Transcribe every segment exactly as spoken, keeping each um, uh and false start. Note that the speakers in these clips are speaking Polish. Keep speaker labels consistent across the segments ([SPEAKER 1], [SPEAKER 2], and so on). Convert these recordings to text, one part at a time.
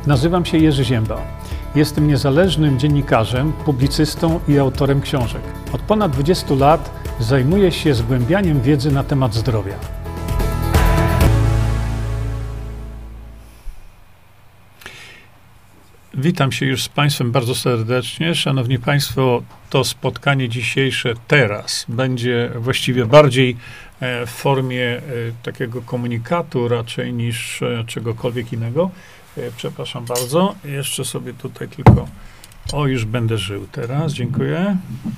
[SPEAKER 1] Nazywam się Jerzy Ziemba. Jestem niezależnym dziennikarzem, publicystą i autorem książek. Od ponad dwudziestu lat zajmuję się zgłębianiem wiedzy na temat zdrowia. Witam się już z Państwem bardzo serdecznie. Szanowni Państwo, to spotkanie dzisiejsze teraz będzie właściwie bardziej w formie takiego komunikatu raczej niż czegokolwiek innego. Przepraszam bardzo. Jeszcze sobie tutaj tylko... O, już będę żył teraz. Dziękuję.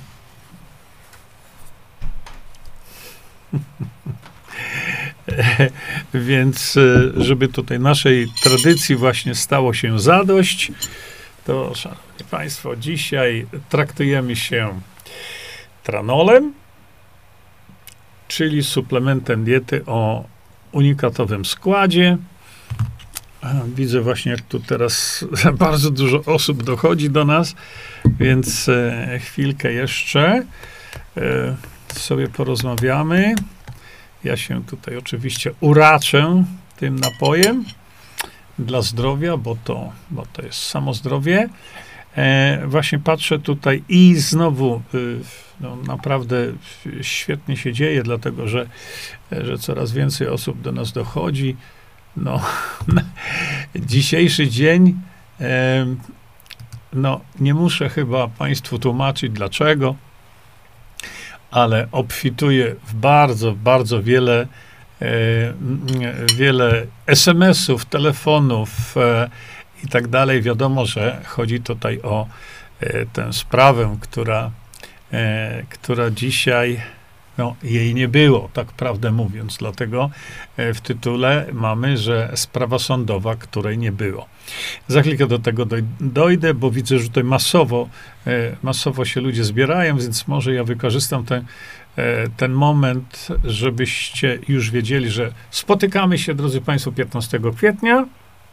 [SPEAKER 1] Więc, żeby tutaj naszej tradycji właśnie stało się zadość, to, szanowni Państwo, dzisiaj traktujemy się tranolem, czyli suplementem diety o unikatowym składzie. Widzę właśnie, jak tu teraz bardzo dużo osób dochodzi do nas, więc e, chwilkę jeszcze e, sobie porozmawiamy. Ja się tutaj oczywiście uraczę tym napojem dla zdrowia, bo to, bo to jest samo zdrowie. E, właśnie patrzę tutaj i znowu y, no, naprawdę świetnie się dzieje, dlatego że, że coraz więcej osób do nas dochodzi. No, dzisiejszy dzień, e, no nie muszę chyba Państwu tłumaczyć dlaczego, ale obfituję w bardzo, bardzo wiele, e, wiele es em esów, telefonów e, i tak dalej. Wiadomo, że chodzi tutaj o e, tę sprawę, która, e, która dzisiaj, no, jej nie było, tak prawdę mówiąc. Dlatego e, w tytule mamy, że sprawa sądowa, której nie było. Za chwilkę do tego doj dojdę, bo widzę, że tutaj masowo, e, masowo się ludzie zbierają, więc może ja wykorzystam ten, e, ten moment, żebyście już wiedzieli, że spotykamy się, drodzy Państwo, piętnastego kwietnia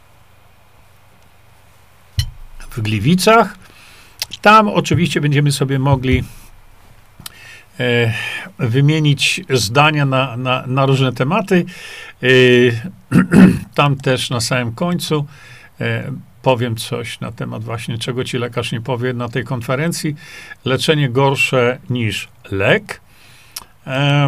[SPEAKER 1] w Gliwicach. Tam oczywiście będziemy sobie mogli e, wymienić zdania na, na, na różne tematy. E, tam też na samym końcu E, powiem coś na temat właśnie, czego ci lekarz nie powie na tej konferencji. Leczenie gorsze niż lek. E,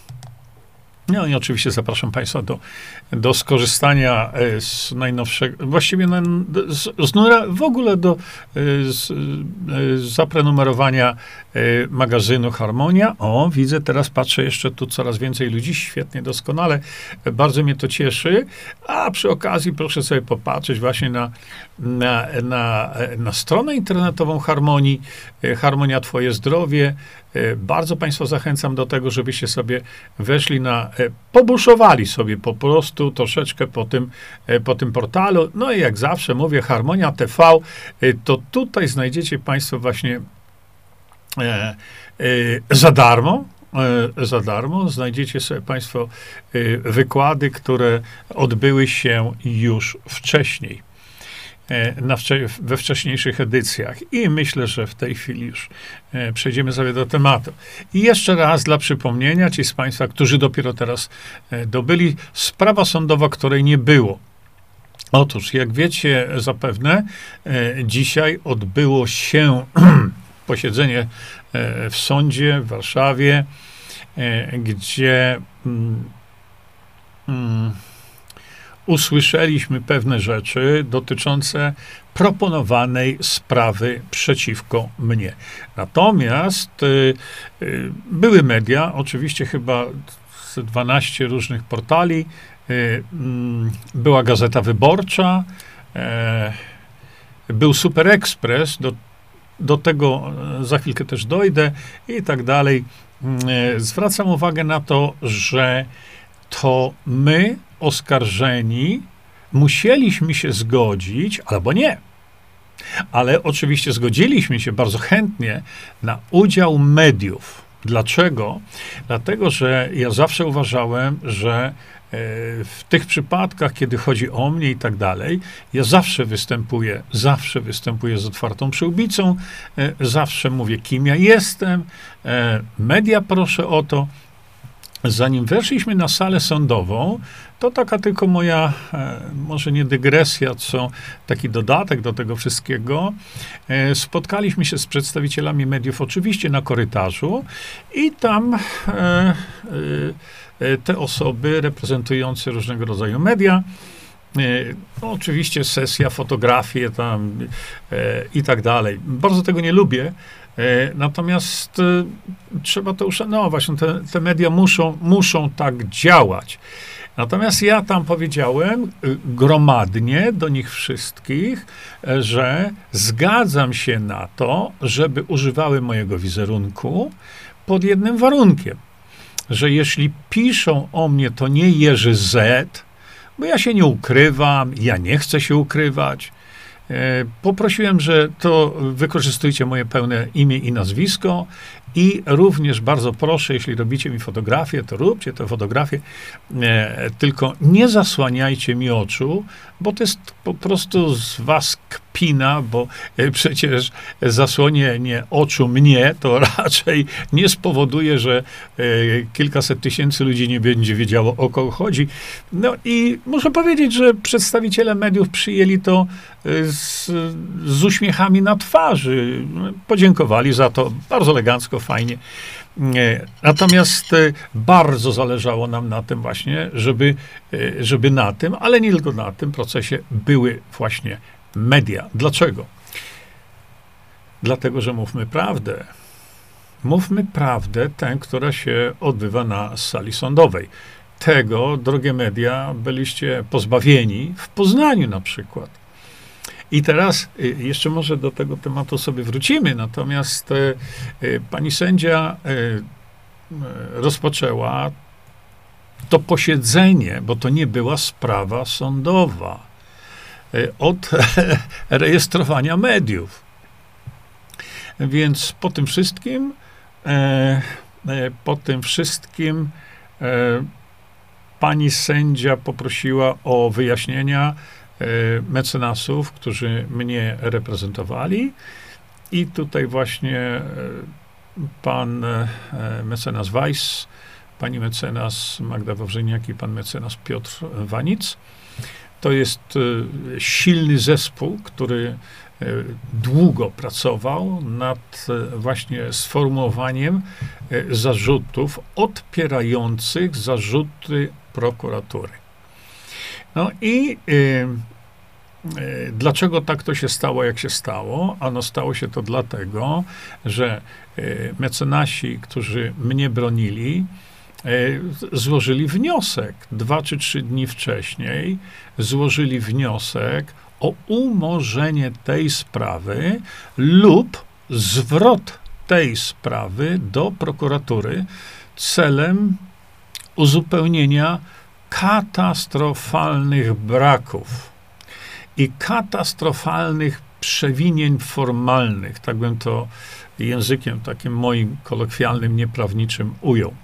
[SPEAKER 1] no i oczywiście zapraszam Państwa do, do skorzystania z najnowszego, właściwie na, z, z, w ogóle do z, z zaprenumerowania magazynu Harmonia. O, widzę, teraz patrzę jeszcze tu coraz więcej ludzi. Świetnie, doskonale. Bardzo mnie to cieszy. A przy okazji proszę sobie popatrzeć właśnie na, na, na, na stronę internetową Harmonii. Harmonia Twoje Zdrowie. Bardzo Państwa zachęcam do tego, żebyście sobie weszli na, pobuszowali sobie po prostu troszeczkę po tym, po tym portalu. No i jak zawsze mówię, Harmonia T V, to tutaj znajdziecie Państwo właśnie e, e, za darmo, e, za darmo znajdziecie sobie Państwo e, wykłady, które odbyły się już wcześniej. Na wcze we wcześniejszych edycjach i myślę, że w tej chwili już e, przejdziemy sobie do tematu. I jeszcze raz dla przypomnienia, ci z Państwa, którzy dopiero teraz e, dobyli, sprawa sądowa, której nie było. Otóż, jak wiecie zapewne, e, dzisiaj odbyło się posiedzenie e, w sądzie w Warszawie, e, gdzie mm, mm, usłyszeliśmy pewne rzeczy dotyczące proponowanej sprawy przeciwko mnie. Natomiast y, y, były media, oczywiście chyba dwanaście różnych portali, y, y, była Gazeta Wyborcza, y, był Super Express, do, do tego za chwilkę też dojdę i tak dalej. Y, zwracam uwagę na to, że to my, oskarżeni, musieliśmy się zgodzić, albo nie. Ale oczywiście zgodziliśmy się bardzo chętnie na udział mediów. Dlaczego? Dlatego, że ja zawsze uważałem, że w tych przypadkach, kiedy chodzi o mnie i tak dalej, ja zawsze występuję, zawsze występuję z otwartą przyłbicą, zawsze mówię, kim ja jestem, media proszę o to, zanim weszliśmy na salę sądową, to taka tylko moja, e, może nie dygresja, co taki dodatek do tego wszystkiego. E, spotkaliśmy się z przedstawicielami mediów oczywiście na korytarzu i tam e, e, te osoby reprezentujące różnego rodzaju media, no, oczywiście sesja, fotografie tam e, i tak dalej. Bardzo tego nie lubię, e, natomiast e, trzeba to uszanować. No, te, te media muszą, muszą tak działać. Natomiast ja tam powiedziałem gromadnie do nich wszystkich, że zgadzam się na to, żeby używały mojego wizerunku pod jednym warunkiem, że jeśli piszą o mnie, to nie Jerzy Z, bo ja się nie ukrywam, ja nie chcę się ukrywać. E, poprosiłem, że to wykorzystujcie moje pełne imię i nazwisko i również bardzo proszę, jeśli robicie mi fotografię, to róbcie te fotografie, e, tylko nie zasłaniajcie mi oczu, bo to jest po prostu z was kpina, bo e, przecież zasłonienie oczu mnie to raczej nie spowoduje, że e, kilkaset tysięcy ludzi nie będzie wiedziało, o kogo chodzi. No i muszę powiedzieć, że przedstawiciele mediów przyjęli to e, z, z uśmiechami na twarzy. Podziękowali za to bardzo elegancko, fajnie. Natomiast bardzo zależało nam na tym właśnie, żeby, żeby na tym, ale nie tylko na tym procesie były właśnie media. Dlaczego? Dlatego, że mówmy prawdę. Mówmy prawdę, tę, która się odbywa na sali sądowej. Tego, drogie media, byliście pozbawieni w Poznaniu na przykład. I teraz jeszcze może do tego tematu sobie wrócimy, natomiast pani sędzia rozpoczęła to posiedzenie, bo to nie była sprawa sądowa, od rejestrowania mediów. Więc po tym wszystkim, po tym wszystkim pani sędzia poprosiła o wyjaśnienia mecenasów, którzy mnie reprezentowali i tutaj właśnie pan mecenas Weiss, pani mecenas Magda Wawrzyniak i pan mecenas Piotr Wanic. To jest silny zespół, który długo pracował nad właśnie sformułowaniem zarzutów odpierających zarzuty prokuratury. No i y, y, dlaczego tak to się stało, jak się stało? Ano stało się to dlatego, że y, mecenasi, którzy mnie bronili, y, złożyli wniosek. Dwa czy trzy dni wcześniej złożyli wniosek o umorzenie tej sprawy lub zwrot tej sprawy do prokuratury celem uzupełnienia katastrofalnych braków i katastrofalnych przewinień formalnych, tak bym to językiem takim moim kolokwialnym, nieprawniczym ujął.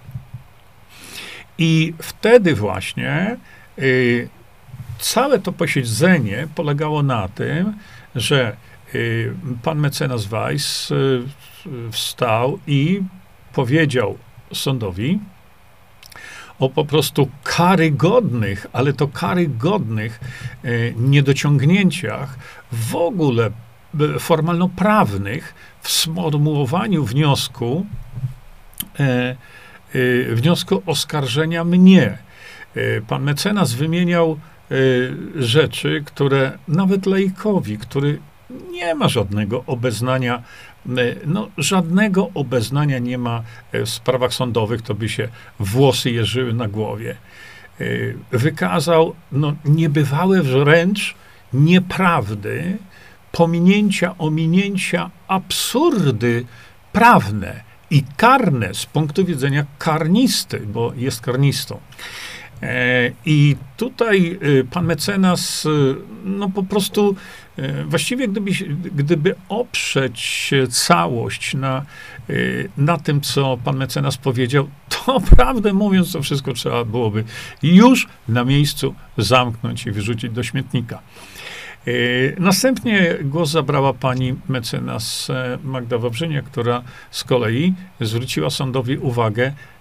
[SPEAKER 1] I wtedy właśnie y, całe to posiedzenie polegało na tym, że y, pan mecenas Weiss y, wstał i powiedział sądowi o po prostu karygodnych, ale to karygodnych e, niedociągnięciach w ogóle e, formalno-prawnych w sformułowaniu wniosku, e, e, wniosku oskarżenia mnie. E, pan mecenas wymieniał e, rzeczy, które nawet laikowi, który nie ma żadnego obeznania, no, żadnego obeznania nie ma w sprawach sądowych, to by się włosy jeżyły na głowie. Wykazał no, niebywałe wręcz nieprawdy, pominięcia, ominięcia, absurdy prawne i karne z punktu widzenia karnisty, bo jest karnistą. I tutaj pan mecenas, no po prostu, właściwie gdyby, gdyby oprzeć całość na, na tym, co pan mecenas powiedział, to prawdę mówiąc, to wszystko trzeba byłoby już na miejscu zamknąć i wyrzucić do śmietnika. Następnie głos zabrała pani mecenas Magda Wawrzyniak, która z kolei zwróciła sądowi uwagę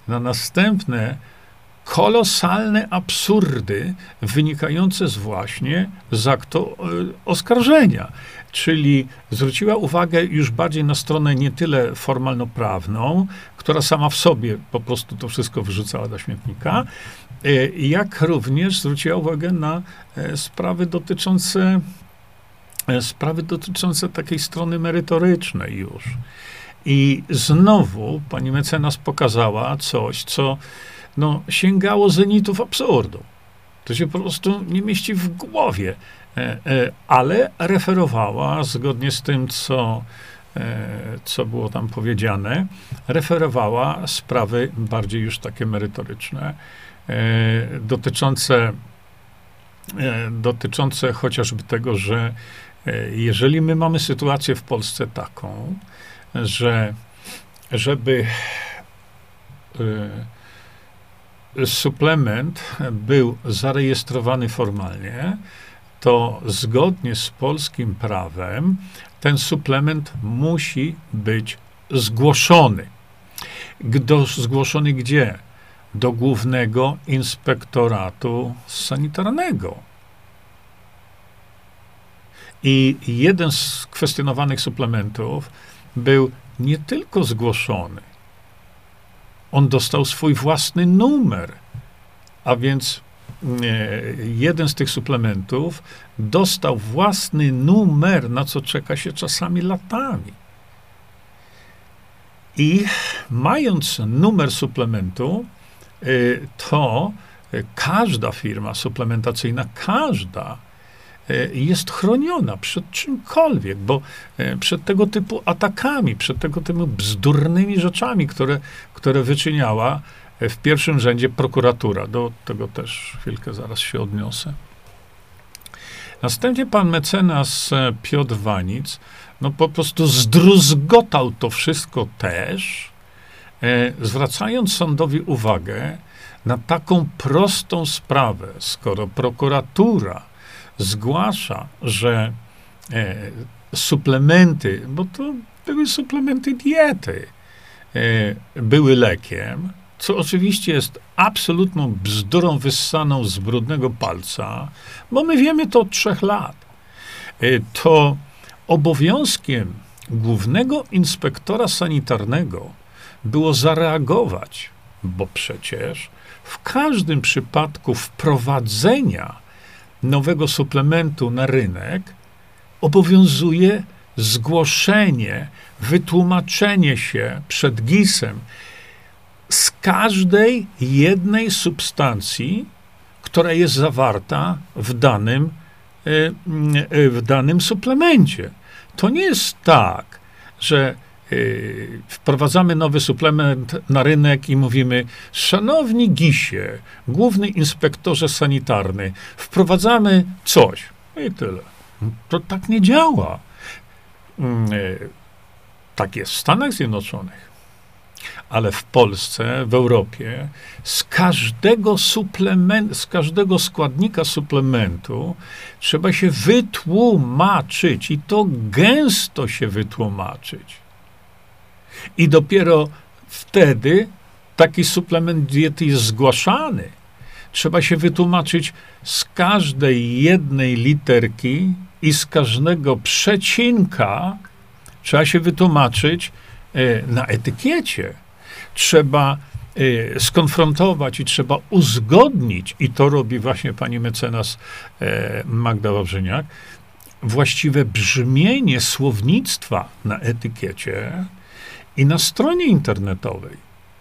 [SPEAKER 1] na następne kolosalne absurdy wynikające z właśnie z aktu oskarżenia. Czyli zwróciła uwagę już bardziej na stronę nie tyle formalno-prawną, która sama w sobie po prostu to wszystko wyrzucała do śmietnika, jak również zwróciła uwagę na sprawy dotyczące sprawy dotyczące takiej strony merytorycznej już. I znowu pani mecenas pokazała coś, co no, sięgało zenitów absurdu. To się po prostu nie mieści w głowie. E, e, ale referowała, zgodnie z tym, co, e, co było tam powiedziane, referowała sprawy bardziej już takie merytoryczne, e, dotyczące, e, dotyczące chociażby tego, że e, jeżeli my mamy sytuację w Polsce taką, że żeby y, suplement był zarejestrowany formalnie, to zgodnie z polskim prawem ten suplement musi być zgłoszony. Do, zgłoszony gdzie? Do Głównego Inspektoratu Sanitarnego. I jeden z kwestionowanych suplementów był nie tylko zgłoszony, on dostał swój własny numer, a więc nie, jeden z tych suplementów dostał własny numer, na co czeka się czasami latami. I mając numer suplementu, to każda firma suplementacyjna, każda jest chroniona przed czymkolwiek, bo przed tego typu atakami, przed tego typu bzdurnymi rzeczami, które, które wyczyniała w pierwszym rzędzie prokuratura. Do tego też chwilkę zaraz się odniosę. Następnie pan mecenas Piotr Wanic, no po prostu zdruzgotał to wszystko też, zwracając sądowi uwagę na taką prostą sprawę, skoro prokuratura zgłasza, że e, suplementy, bo to były suplementy diety, e, były lekiem, co oczywiście jest absolutną bzdurą wyssaną z brudnego palca, bo my wiemy to od trzech lat. E, to obowiązkiem głównego inspektora sanitarnego było zareagować, bo przecież w każdym przypadku wprowadzenia nowego suplementu na rynek obowiązuje zgłoszenie, wytłumaczenie się przed gisem z każdej jednej substancji, która jest zawarta w danym, w danym suplemencie. To nie jest tak, że wprowadzamy nowy suplement na rynek i mówimy: szanowni gisie, główny inspektorze sanitarny, wprowadzamy coś. I tyle. To tak nie działa. Tak jest w Stanach Zjednoczonych. Ale w Polsce, w Europie, z każdego suplementu, z każdego składnika suplementu trzeba się wytłumaczyć i to gęsto się wytłumaczyć. I dopiero wtedy taki suplement diety jest zgłaszany. Trzeba się wytłumaczyć z każdej jednej literki i z każdego przecinka. Trzeba się wytłumaczyć e, na etykiecie. Trzeba e, skonfrontować i trzeba uzgodnić, i to robi właśnie pani mecenas e, Magda Wawrzyniak, właściwe brzmienie słownictwa na etykiecie i na stronie internetowej.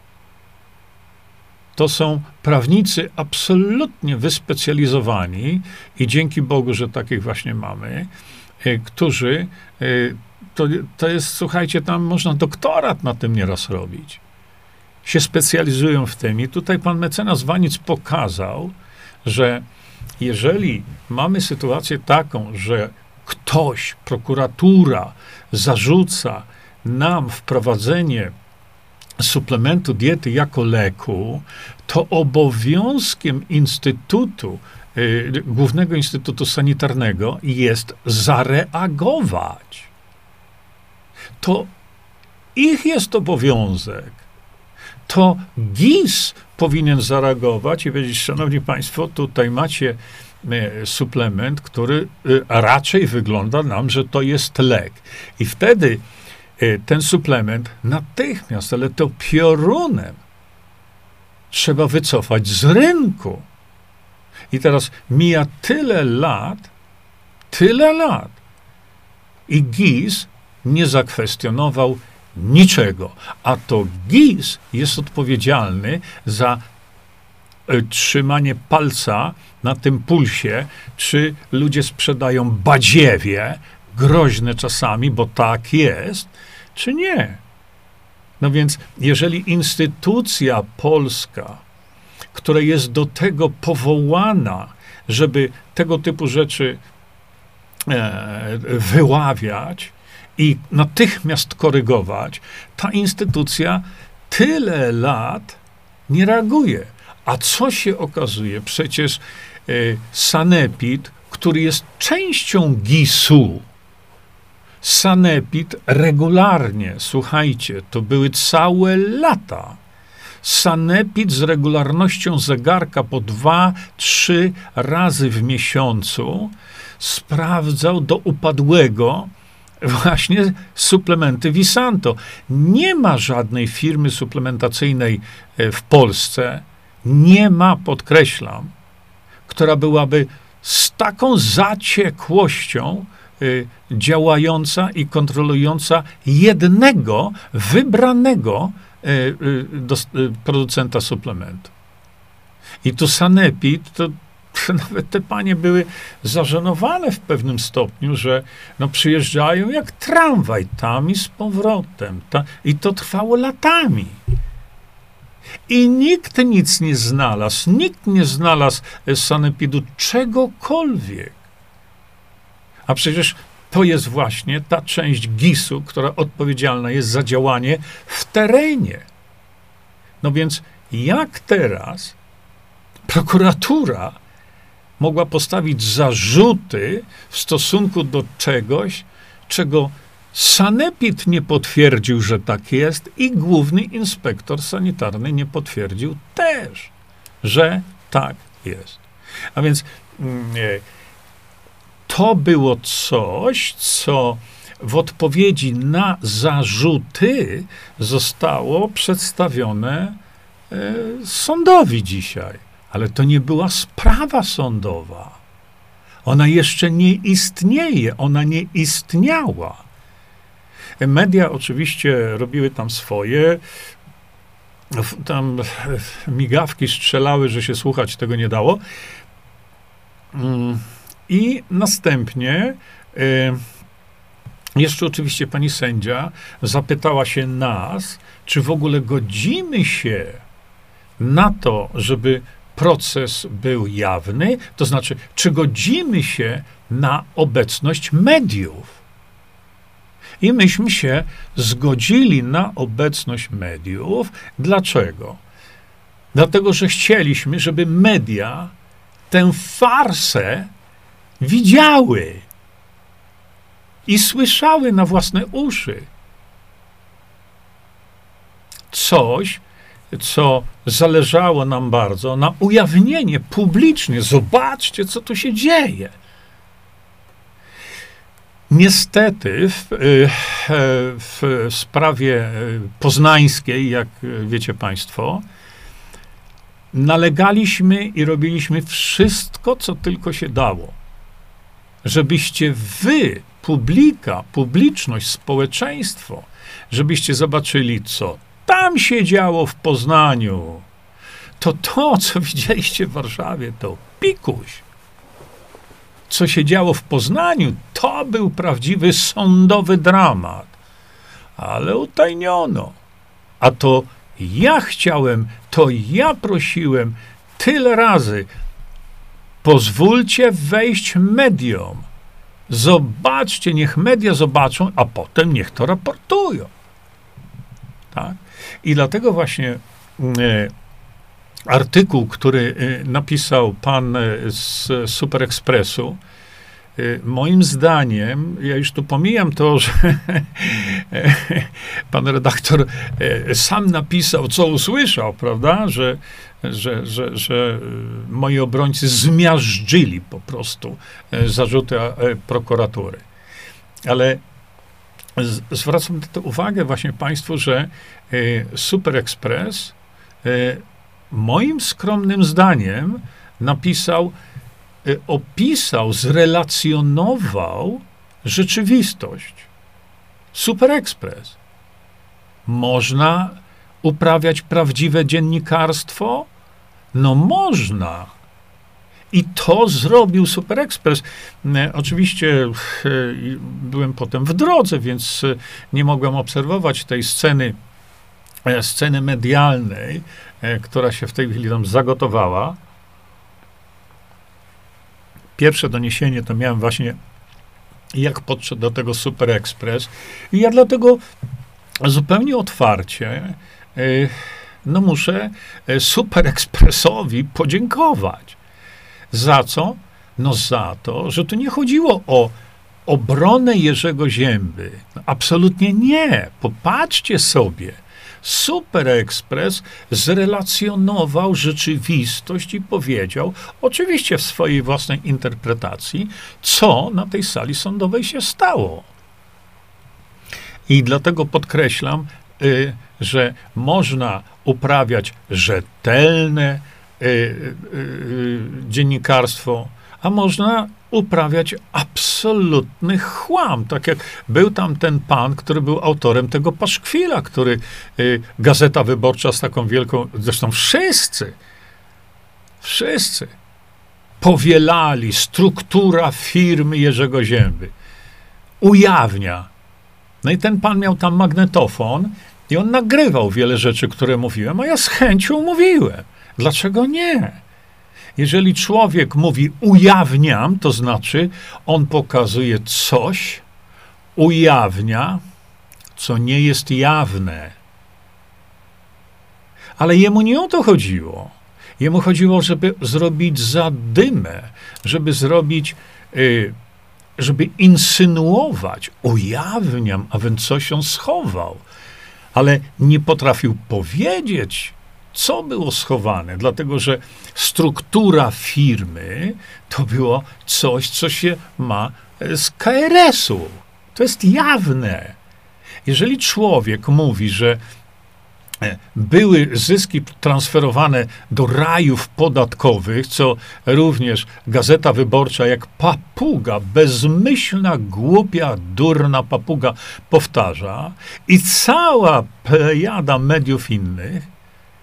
[SPEAKER 1] To są prawnicy absolutnie wyspecjalizowani i dzięki Bogu, że takich właśnie mamy, którzy, to, to jest, słuchajcie, tam można doktorat na tym nieraz robić. Się specjalizują w tym i tutaj pan mecenas Wanic pokazał, że jeżeli mamy sytuację taką, że ktoś, prokuratura zarzuca nam wprowadzenie suplementu diety jako leku, to obowiązkiem Instytutu, y, Głównego Instytutu Sanitarnego jest zareagować. To ich jest obowiązek. to GIS powinien zareagować i powiedzieć, szanowni państwo, tutaj macie suplement, który raczej wygląda nam, że to jest lek. I wtedy ten suplement natychmiast, ale to piorunem trzeba wycofać z rynku. I teraz mija tyle lat, tyle lat i GIS nie zakwestionował niczego. A to GIS jest odpowiedzialny za trzymanie palca na tym pulsie, czy ludzie sprzedają badziewie, groźne czasami, bo tak jest, czy nie. No więc, jeżeli instytucja polska, która jest do tego powołana, żeby tego typu rzeczy e, wyławiać i natychmiast korygować, ta instytucja tyle lat nie reaguje. A co się okazuje? Przecież e, sanepid, który jest częścią gisu, sanepid regularnie, słuchajcie, to były całe lata, sanepid z regularnością zegarka po dwa, trzy razy w miesiącu sprawdzał do upadłego właśnie suplementy Visanto. Nie ma żadnej firmy suplementacyjnej w Polsce, nie ma, podkreślam, która byłaby z taką zaciekłością y, działająca i kontrolująca jednego wybranego y, y, do, y, producenta suplementu. I tu sanepid, to nawet te panie były zażenowane w pewnym stopniu, że no, przyjeżdżają jak tramwaj tam i z powrotem. Ta, I to trwało latami. I nikt nic nie znalazł, nikt nie znalazł z sanepidu czegokolwiek. A przecież to jest właśnie ta część gisu, która odpowiedzialna jest za działanie w terenie. No więc jak teraz prokuratura mogła postawić zarzuty w stosunku do czegoś, czego sanepid nie potwierdził, że tak jest, i główny inspektor sanitarny nie potwierdził też, że tak jest. A więc nie, to było coś, co w odpowiedzi na zarzuty zostało przedstawione e, sądowi dzisiaj. Ale to nie była sprawa sądowa. Ona jeszcze nie istnieje, ona nie istniała. Media oczywiście robiły tam swoje, tam migawki strzelały, że się słuchać tego nie dało. I następnie jeszcze oczywiście pani sędzia zapytała się nas, czy w ogóle godzimy się na to, żeby proces był jawny, to znaczy, czy godzimy się na obecność mediów. I myśmy się zgodzili na obecność mediów. Dlaczego? Dlatego, że chcieliśmy, żeby media tę farsę widziały i słyszały na własne uszy. Coś, co zależało nam bardzo na ujawnienie publicznie. Zobaczcie, co tu się dzieje. Niestety w, w sprawie poznańskiej, jak wiecie państwo, nalegaliśmy i robiliśmy wszystko, co tylko się dało, żebyście wy, publika, publiczność, społeczeństwo, żebyście zobaczyli, co tam się działo w Poznaniu. To to, co widzieliście w Warszawie, to pikuś. Co się działo w Poznaniu, to był prawdziwy sądowy dramat. Ale utajniono. A to ja chciałem, to ja prosiłem tyle razy. Pozwólcie wejść mediom. Zobaczcie, niech media zobaczą, a potem niech to raportują. Tak? I dlatego właśnie e, artykuł, który e, napisał pan e, z Super Expressu, moim zdaniem, ja już tu pomijam to, że pan redaktor sam napisał, co usłyszał, prawda, że, że, że, że moi obrońcy zmiażdżyli po prostu zarzuty prokuratury. Ale z, zwracam tę uwagę właśnie państwu, że Super Express moim skromnym zdaniem napisał, opisał, zrelacjonował rzeczywistość. Super Express. Można uprawiać prawdziwe dziennikarstwo? No można. I to zrobił Super Express. Oczywiście byłem potem w drodze, więc nie mogłem obserwować tej sceny, sceny medialnej, która się w tej chwili tam zagotowała. Pierwsze doniesienie to miałem właśnie, jak podszedł do tego Super Express. I ja dlatego zupełnie otwarcie no muszę Super Expressowi podziękować. Za co? No za to, że tu nie chodziło o obronę Jerzego Zięby. No, absolutnie nie. Popatrzcie sobie. Super Express zrelacjonował rzeczywistość i powiedział, oczywiście w swojej własnej interpretacji, co na tej sali sądowej się stało. I dlatego podkreślam, y, że można uprawiać rzetelne y, y, y, dziennikarstwo, a można uprawiać absolutny chłam. Tak jak był tam ten pan, który był autorem tego paszkwila, który y, Gazeta Wyborcza z taką wielką, zresztą wszyscy, wszyscy powielali, struktura firmy Jerzego Zięby. Ujawnia. No i ten pan miał tam magnetofon i on nagrywał wiele rzeczy, które mówiłem, a ja z chęcią mówiłem. Dlaczego nie? Jeżeli człowiek mówi ujawniam, to znaczy on pokazuje coś, ujawnia, co nie jest jawne. Ale jemu nie o to chodziło. Jemu chodziło, żeby zrobić zadymę, żeby zrobić, y, żeby insynuować, ujawniam, a więc coś on schował. Ale nie potrafił powiedzieć, co było schowane, dlatego że struktura firmy to było coś, co się ma z K R S u. To jest jawne. Jeżeli człowiek mówi, że były zyski transferowane do rajów podatkowych, co również Gazeta Wyborcza jak papuga, bezmyślna, głupia, durna papuga powtarza i cała plejada mediów innych,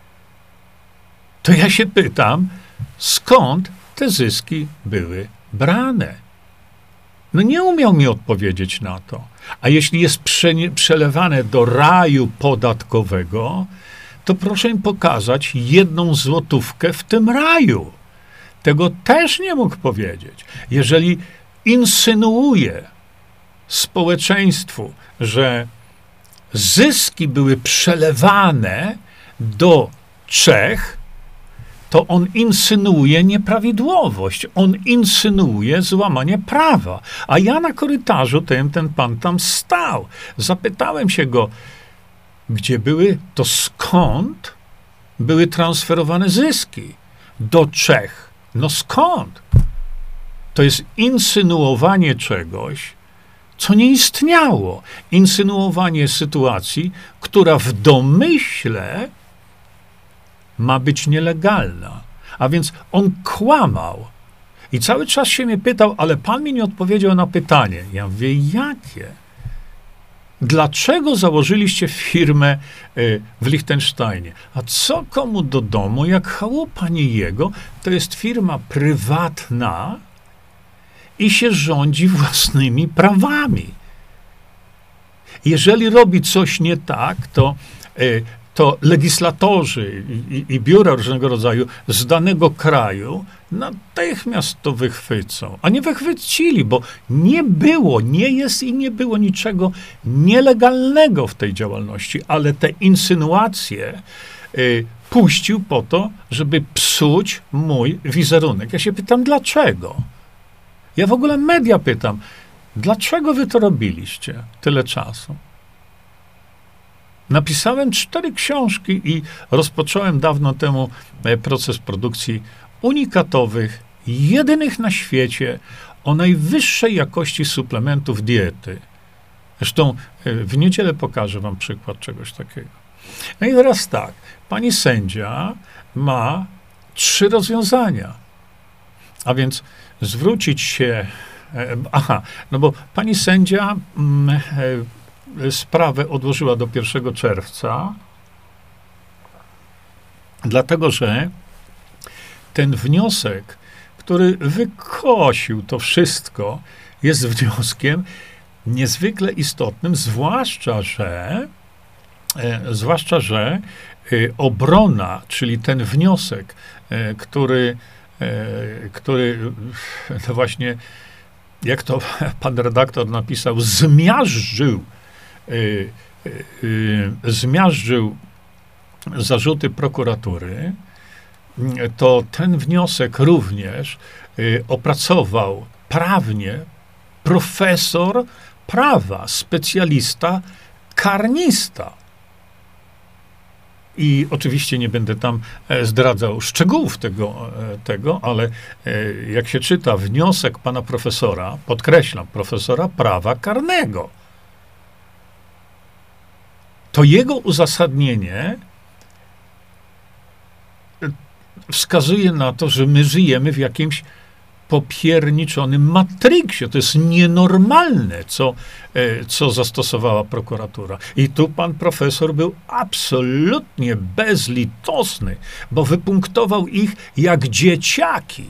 [SPEAKER 1] to ja się pytam, skąd te zyski były brane? No nie umiał mi odpowiedzieć na to. A jeśli jest prze, przelewane do raju podatkowego, to proszę im pokazać jedną złotówkę w tym raju. Tego też nie mógł powiedzieć. Jeżeli insynuuje społeczeństwu, że zyski były przelewane do Czech, to on insynuuje nieprawidłowość, on insynuuje złamanie prawa. A ja na korytarzu tym, ten pan tam stał. Zapytałem się go, gdzie były, to skąd były transferowane zyski? Do Czech. No skąd? To jest insynuowanie czegoś, co nie istniało. Insynuowanie sytuacji, która w domyśle ma być nielegalna. A więc on kłamał. I cały czas się mnie pytał, ale pan mi nie odpowiedział na pytanie. Ja mówię, jakie? Dlaczego założyliście firmę y, w Liechtensteinie? A co komu do domu, jak chałupa nie jego, to jest firma prywatna i się rządzi własnymi prawami. Jeżeli robi coś nie tak, to y, to legislatorzy i, i, i biura różnego rodzaju z danego kraju natychmiast to wychwycą. A nie wychwycili, bo nie było, nie jest i nie było niczego nielegalnego w tej działalności, ale te insynuacje y, puścił po to, żeby psuć mój wizerunek. Ja się pytam, dlaczego? Ja w ogóle media pytam, dlaczego wy to robiliście tyle czasu? Napisałem cztery książki i rozpocząłem dawno temu proces produkcji unikatowych, jedynych na świecie, o najwyższej jakości suplementów diety. Zresztą w niedzielę pokażę wam przykład czegoś takiego. No i teraz tak, pani sędzia ma trzy rozwiązania. A więc zwrócić się, aha, no bo pani sędzia mm, sprawę odłożyła do pierwszego czerwca, dlatego że ten wniosek, który wykosił to wszystko, jest wnioskiem niezwykle istotnym, zwłaszcza, że e, zwłaszcza, że e, obrona, czyli ten wniosek, e, który, e, który no właśnie, jak to pan redaktor napisał, zmiażdżył, e, e, zmiażdżył zarzuty prokuratury, to ten wniosek również y, opracował prawnie profesor prawa, specjalista, karnista. I oczywiście nie będę tam e, zdradzał szczegółów tego, e, tego ale e, jak się czyta wniosek pana profesora, podkreślam, profesora prawa karnego, to jego uzasadnienie wskazuje na to, że my żyjemy w jakimś popierniczonym matriksie. To jest nienormalne, co, co zastosowała prokuratura. I tu pan profesor był absolutnie bezlitosny, bo wypunktował ich jak dzieciaki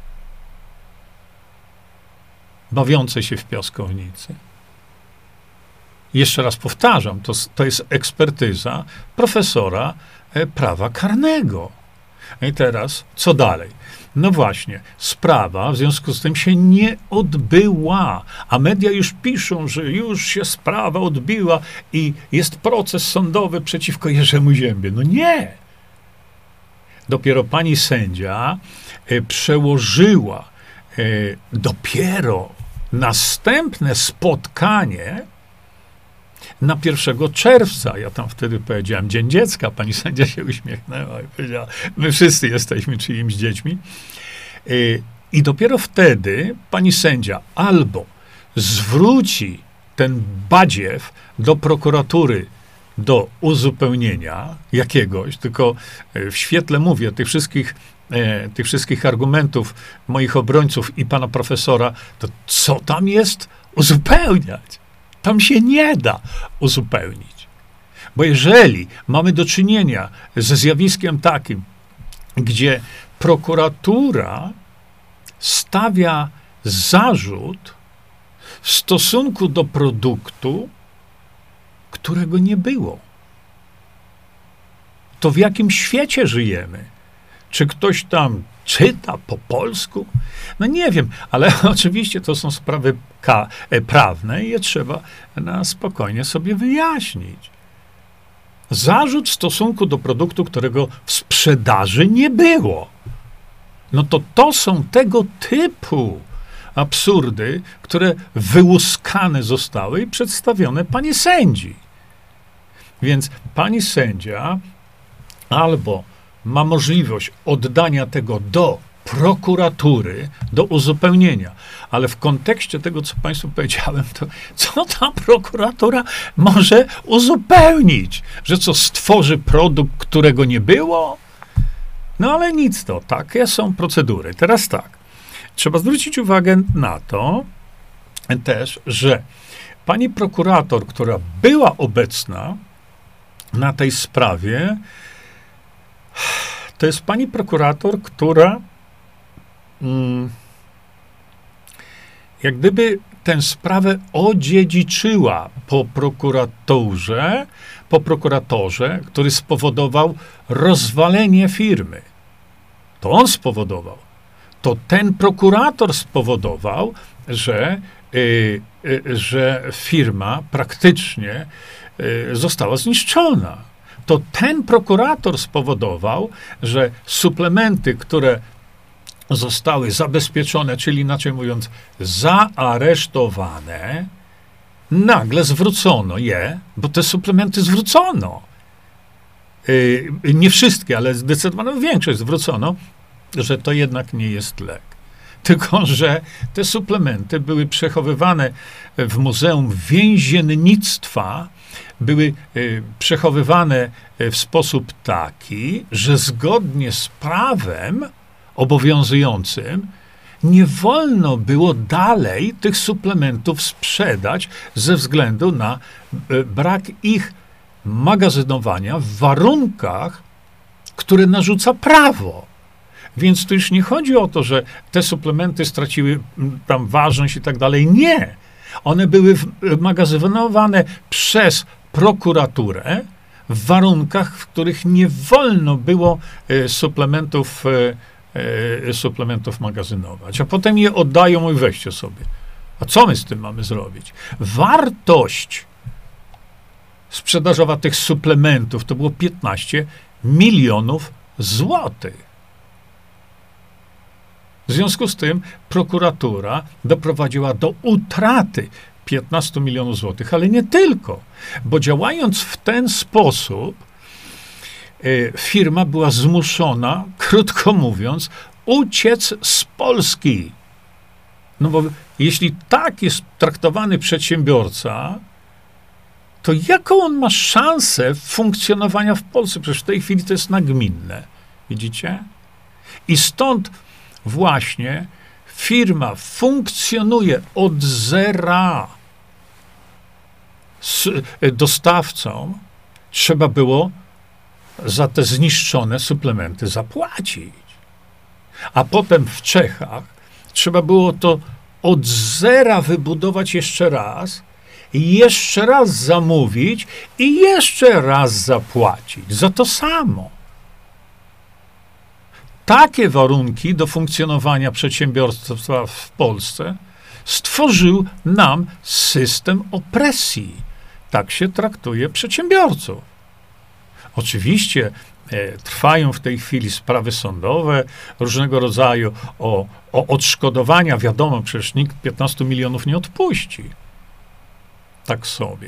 [SPEAKER 1] bawiące się w piaskownicy. Jeszcze raz powtarzam, to, to jest ekspertyza profesora prawa karnego. I teraz, co dalej? No właśnie, sprawa w związku z tym się nie odbyła, a media już piszą, że już się sprawa odbyła i jest proces sądowy przeciwko Jerzemu Ziębie. No nie! Dopiero pani sędzia e, przełożyła e, dopiero następne spotkanie na pierwszego czerwca. Ja tam wtedy powiedziałem Dzień Dziecka. Pani sędzia się uśmiechnęła i powiedziała, my wszyscy jesteśmy czyimiś dziećmi. I dopiero wtedy pani sędzia albo zwróci ten badziew do prokuratury do uzupełnienia jakiegoś, tylko w świetle mówię tych wszystkich, tych wszystkich argumentów moich obrońców i pana profesora, to co tam jest uzupełniać? Tam się nie da uzupełnić. Bo jeżeli mamy do czynienia ze zjawiskiem takim, gdzie prokuratura stawia zarzut w stosunku do produktu, którego nie było, to w jakim świecie żyjemy? Czy ktoś tam czyta po polsku? No nie wiem, ale oczywiście to są sprawy ka- prawne i je trzeba na spokojnie sobie wyjaśnić. Zarzut w stosunku do produktu, którego w sprzedaży nie było. No to to są tego typu absurdy, które wyłuskane zostały i przedstawione pani sędzi. Więc pani sędzia albo ma możliwość oddania tego do prokuratury, do uzupełnienia. Ale w kontekście tego, co państwu powiedziałem, to co ta prokuratura może uzupełnić? Że co, stworzy produkt, którego nie było? No ale nic to, takie są procedury. Teraz tak, trzeba zwrócić uwagę na to też, że pani prokurator, która była obecna na tej sprawie, to jest pani prokurator, która mm, jak gdyby tę sprawę odziedziczyła po prokuratorze, po prokuratorze, który spowodował rozwalenie firmy. To on spowodował. To ten prokurator spowodował, że, y, y, że firma praktycznie y, została zniszczona. To ten prokurator spowodował, że suplementy, które zostały zabezpieczone, czyli inaczej mówiąc, zaaresztowane, nagle zwrócono je, bo te suplementy zwrócono. Yy, nie wszystkie, ale zdecydowaną większość zwrócono, że to jednak nie jest lek. Tylko że te suplementy były przechowywane w Muzeum Więziennictwa, były y, przechowywane w sposób taki, że zgodnie z prawem obowiązującym nie wolno było dalej tych suplementów sprzedać ze względu na y, brak ich magazynowania w warunkach, które narzuca prawo. Więc tu już nie chodzi o to, że te suplementy straciły tam ważność i tak dalej. Nie. One były magazynowane przez prokuraturę w warunkach, w których nie wolno było suplementów, suplementów magazynować. A potem je oddają i weźcie sobie. A co my z tym mamy zrobić? Wartość sprzedażowa tych suplementów to było piętnaście milionów złotych. W związku z tym prokuratura doprowadziła do utraty piętnastu milionów złotych, ale nie tylko, bo działając w ten sposób y, firma była zmuszona, krótko mówiąc, uciec z Polski. No bo jeśli tak jest traktowany przedsiębiorca, to jaką on ma szansę funkcjonowania w Polsce? Przecież w tej chwili to jest nagminne. Widzicie? I stąd właśnie firma funkcjonuje od zera. Z dostawcą trzeba było za te zniszczone suplementy zapłacić. A potem w Czechach trzeba było to od zera wybudować jeszcze raz, jeszcze raz zamówić i jeszcze raz zapłacić za to samo. Takie warunki do funkcjonowania przedsiębiorstwa w Polsce stworzył nam system opresji. Tak się traktuje przedsiębiorców. Oczywiście e, trwają w tej chwili sprawy sądowe różnego rodzaju o, o odszkodowania. Wiadomo, przecież nikt piętnastu milionów nie odpuści. Tak sobie.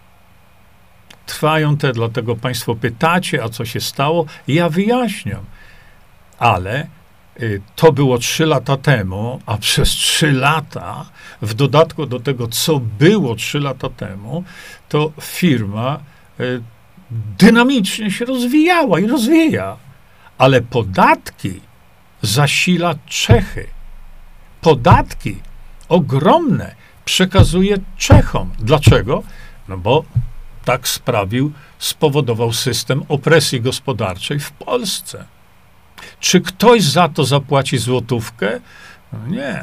[SPEAKER 1] Trwają te, dlatego państwo pytacie, a co się stało? Ja wyjaśniam. Ale y, to było trzy lata temu, a przez trzy lata, w dodatku do tego, co było trzy lata temu, to firma y, dynamicznie się rozwijała i rozwija. Ale podatki zasila Czechy. Podatki ogromne przekazuje Czechom. Dlaczego? No bo tak sprawił, spowodował system opresji gospodarczej w Polsce. Czy ktoś za to zapłaci złotówkę? No nie.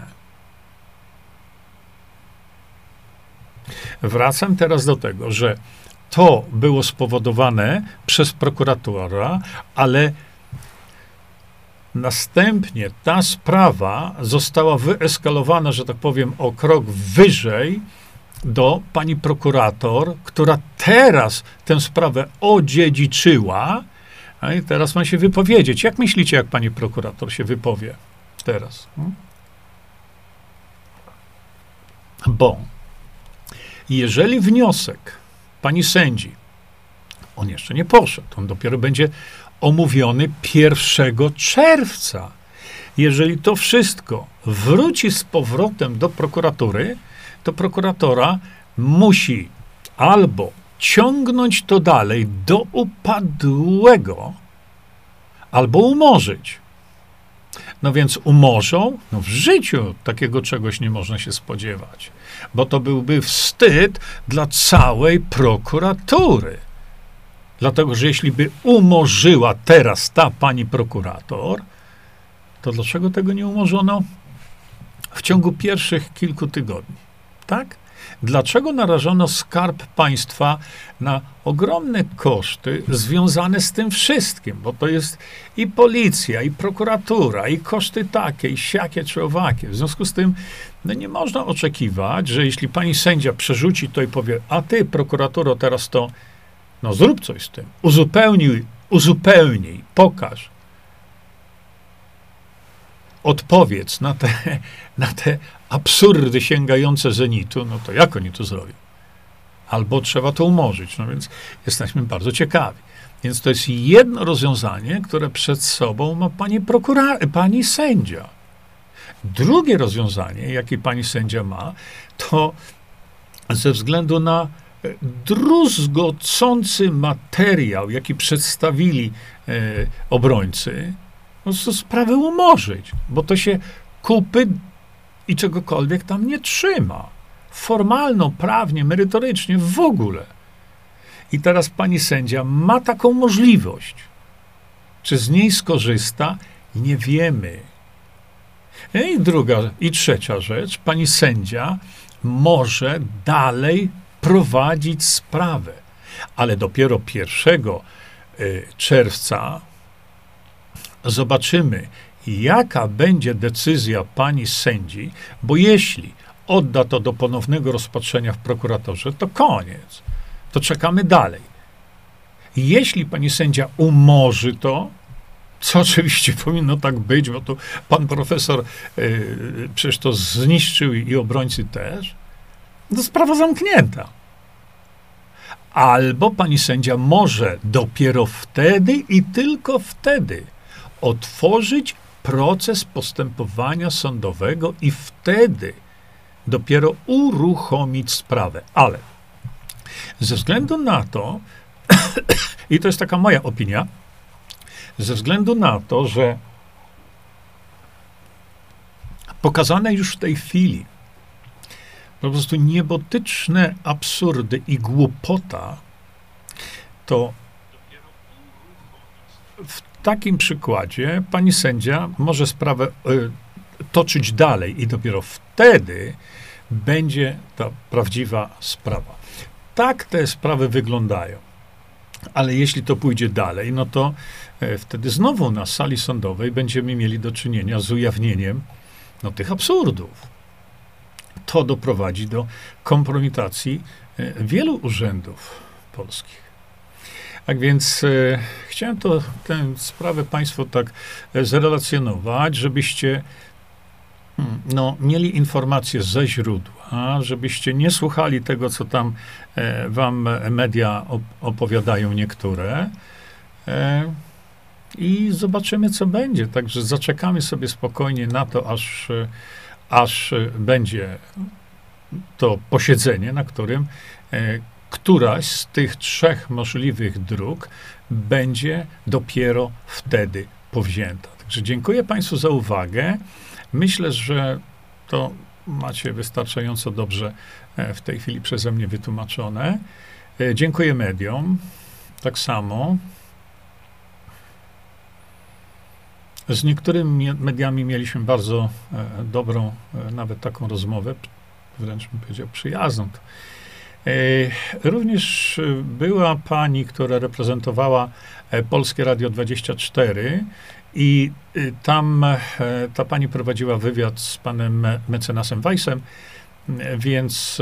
[SPEAKER 1] Wracam teraz do tego, że to było spowodowane przez prokuratora, ale następnie ta sprawa została wyeskalowana, że tak powiem, o krok wyżej do pani prokurator, która teraz tę sprawę odziedziczyła. A i teraz ma się wypowiedzieć. Jak myślicie, jak pani prokurator się wypowie teraz? Hmm? Bo jeżeli wniosek pani sędzi, on jeszcze nie poszedł, on dopiero będzie omówiony pierwszego czerwca. Jeżeli to wszystko wróci z powrotem do prokuratury, to prokuratora musi albo ciągnąć to dalej do upadłego, albo umorzyć. No więc umorzą, no w życiu takiego czegoś nie można się spodziewać, bo to byłby wstyd dla całej prokuratury. Dlatego, że jeśli by umorzyła teraz ta pani prokurator, to dlaczego tego nie umorzono w ciągu pierwszych kilku tygodni? Tak? Dlaczego narażono Skarb Państwa na ogromne koszty związane z tym wszystkim? Bo to jest i policja, i prokuratura, i koszty takie, i siakie, czy owakie. W związku z tym no nie można oczekiwać, że jeśli pani sędzia przerzuci to i powie, a ty, prokuraturo, teraz to no zrób coś z tym, uzupełnij, uzupełnij, pokaż. odpowiedz na te, na te absurdy sięgające zenitu, no to jak oni to zrobią? Albo trzeba to umorzyć, no więc jesteśmy bardzo ciekawi. Więc to jest jedno rozwiązanie, które przed sobą ma pani prokura, pani sędzia. Drugie rozwiązanie, jakie pani sędzia ma, to ze względu na druzgocący materiał, jaki przedstawili e, obrońcy, po prostu sprawę umorzyć, bo to się kupy i czegokolwiek tam nie trzyma. Formalno, prawnie, merytorycznie, w ogóle. I teraz pani sędzia ma taką możliwość. Czy z niej skorzysta? Nie wiemy. I druga, i trzecia rzecz, pani sędzia może dalej prowadzić sprawę, ale dopiero pierwszego czerwca zobaczymy, jaka będzie decyzja pani sędzi, bo jeśli odda to do ponownego rozpatrzenia w prokuratorze, to koniec. To czekamy dalej. Jeśli pani sędzia umorzy to, co oczywiście powinno tak być, bo to pan profesor yy, przecież to zniszczył i obrońcy też, to sprawa zamknięta. Albo pani sędzia może dopiero wtedy i tylko wtedy otworzyć proces postępowania sądowego i wtedy dopiero uruchomić sprawę. Ale ze względu na to, i to jest taka moja opinia, ze względu na to, że pokazane już w tej chwili po prostu niebotyczne absurdy i głupota, to w takim przykładzie pani sędzia może sprawę y, toczyć dalej i dopiero wtedy będzie ta prawdziwa sprawa. Tak te sprawy wyglądają. Ale jeśli to pójdzie dalej, no to e, wtedy znowu na sali sądowej będziemy mieli do czynienia z ujawnieniem no, tych absurdów. To doprowadzi do kompromitacji e, wielu urzędów polskich. Tak więc e, chciałem to, tę sprawę państwu tak e, zrelacjonować, żebyście hmm, no, mieli informacje ze źródła, żebyście nie słuchali tego, co tam e, wam media op opowiadają niektóre. E, I zobaczymy, co będzie. Także zaczekamy sobie spokojnie na to, aż, aż będzie to posiedzenie, na którym e, któraś z tych trzech możliwych dróg będzie dopiero wtedy powzięta. Także dziękuję państwu za uwagę. Myślę, że to macie wystarczająco dobrze w tej chwili przeze mnie wytłumaczone. Dziękuję mediom. Tak samo. Z niektórymi mediami mieliśmy bardzo dobrą, nawet taką rozmowę, wręcz bym powiedział przyjazną. Również była pani, która reprezentowała Polskie Radio dwadzieścia cztery i tam ta pani prowadziła wywiad z panem mecenasem Weissem, więc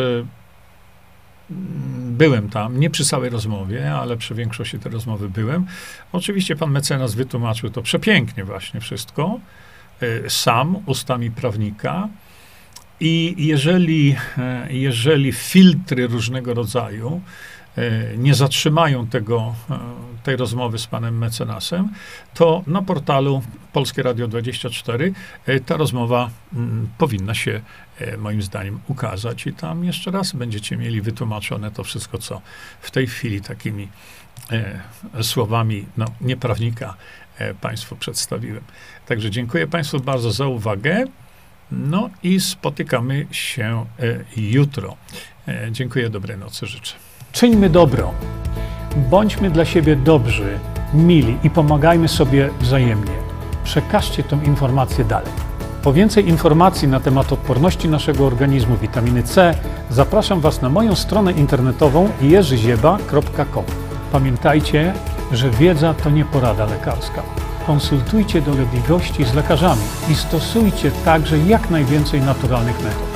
[SPEAKER 1] byłem tam, nie przy całej rozmowie, ale przy większości tej rozmowy byłem. Oczywiście pan mecenas wytłumaczył to przepięknie właśnie wszystko, sam, ustami prawnika. I jeżeli, jeżeli filtry różnego rodzaju nie zatrzymają tego, tej rozmowy z panem mecenasem, to na portalu Polskie Radio dwadzieścia cztery ta rozmowa powinna się moim zdaniem ukazać i tam jeszcze raz będziecie mieli wytłumaczone to wszystko, co w tej chwili takimi słowami no, nieprawnika państwu przedstawiłem. Także dziękuję państwu bardzo za uwagę. No i spotykamy się jutro. Dziękuję, dobrej nocy życzę. Czyńmy dobro. Bądźmy dla siebie dobrzy, mili i pomagajmy sobie wzajemnie. Przekażcie tę informację dalej. Po więcej informacji na temat odporności naszego organizmu witaminy C zapraszam Was na moją stronę internetową jerzy zieba kropka com. Pamiętajcie, że wiedza to nie porada lekarska. Konsultujcie dolegliwości z lekarzami i stosujcie także jak najwięcej naturalnych metod.